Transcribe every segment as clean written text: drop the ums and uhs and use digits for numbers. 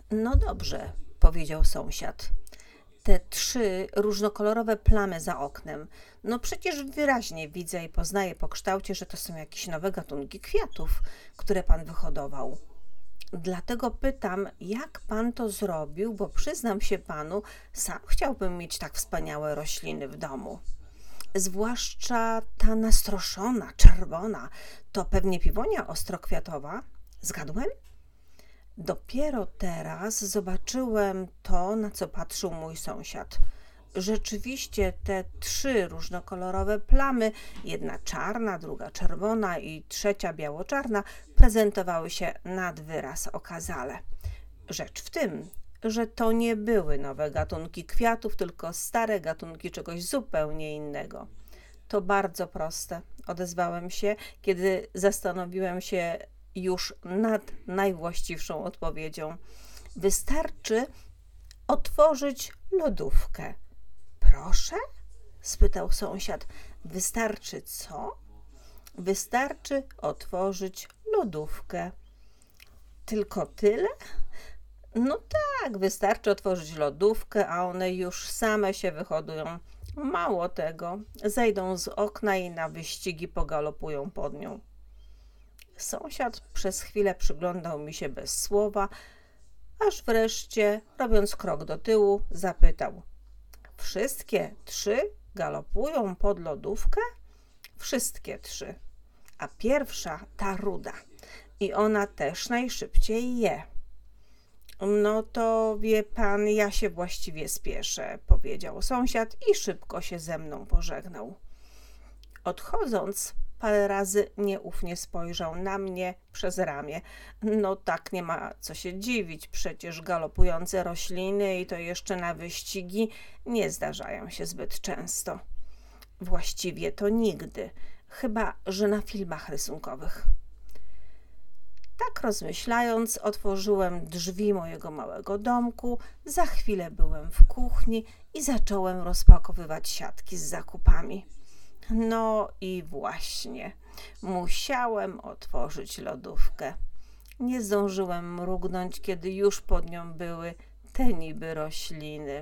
No dobrze, powiedział sąsiad. Te 3 różnokolorowe plamy za oknem. No przecież wyraźnie widzę i poznaję po kształcie, że to są jakieś nowe gatunki kwiatów, które pan wyhodował. Dlatego pytam, jak pan to zrobił, bo przyznam się panu, sam chciałbym mieć tak wspaniałe rośliny w domu. Zwłaszcza ta nastroszona, czerwona, to pewnie piwonia ostrokwiatowa. Zgadłem? Dopiero teraz zobaczyłem to, na co patrzył mój sąsiad. Rzeczywiście te 3 różnokolorowe plamy, jedna czarna, druga czerwona i trzecia biało-czarna, prezentowały się nad wyraz okazale. Rzecz w tym, że to nie były nowe gatunki kwiatów, tylko stare gatunki czegoś zupełnie innego. To bardzo proste, odezwałem się, kiedy zastanowiłem się już nad najwłaściwszą odpowiedzią. Wystarczy otworzyć lodówkę. Proszę? Spytał sąsiad. Wystarczy co? Wystarczy otworzyć lodówkę. Tylko tyle? No tak, wystarczy otworzyć lodówkę, a one już same się wyhodują. Mało tego, zejdą z okna i na wyścigi pogalopują pod nią. Sąsiad przez chwilę przyglądał mi się bez słowa, aż wreszcie, robiąc krok do tyłu, zapytał: Wszystkie 3 galopują pod lodówkę? Wszystkie 3. A pierwsza ta ruda. I ona też najszybciej je. No to wie pan, ja się właściwie spieszę, powiedział sąsiad i szybko się ze mną pożegnał. Odchodząc, parę razy nieufnie spojrzał na mnie przez ramię. No tak, nie ma co się dziwić, przecież galopujące rośliny i to jeszcze na wyścigi nie zdarzają się zbyt często. Właściwie to nigdy, chyba że na filmach rysunkowych. Tak rozmyślając, otworzyłem drzwi mojego małego domku, za chwilę byłem w kuchni i zacząłem rozpakowywać siatki z zakupami. No i właśnie, musiałem otworzyć lodówkę. Nie zdążyłem mrugnąć, kiedy już pod nią były te niby rośliny.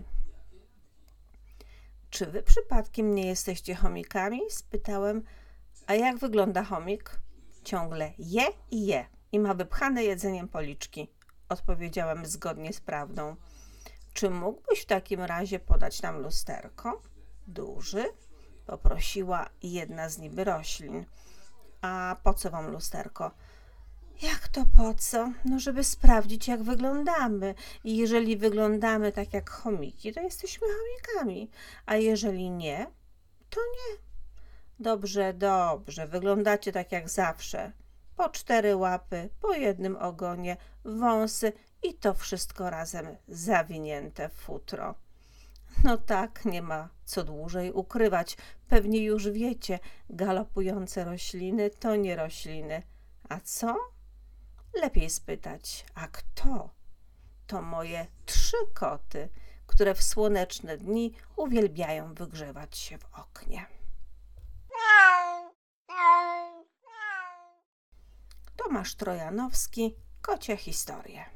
Czy wy przypadkiem nie jesteście chomikami? Spytałem. A jak wygląda chomik? Ciągle je i je i ma wypchane jedzeniem policzki, odpowiedziałem zgodnie z prawdą. Czy mógłbyś w takim razie podać nam lusterko? Duży? Poprosiła jedna z niby roślin. A po co wam lusterko? Jak to po co? No, żeby sprawdzić, jak wyglądamy. I jeżeli wyglądamy tak jak chomiki, to jesteśmy chomikami. A jeżeli nie, to nie. Dobrze, dobrze, wyglądacie tak jak zawsze. Po 4 łapy, po jednym ogonie, wąsy i to wszystko razem zawinięte w futro. No tak, nie ma co dłużej ukrywać. Pewnie już wiecie, galopujące rośliny to nie rośliny. A co? Lepiej spytać, a kto? To moje 3 koty, które w słoneczne dni uwielbiają wygrzewać się w oknie. Tomasz Trojanowski, Kocie historie.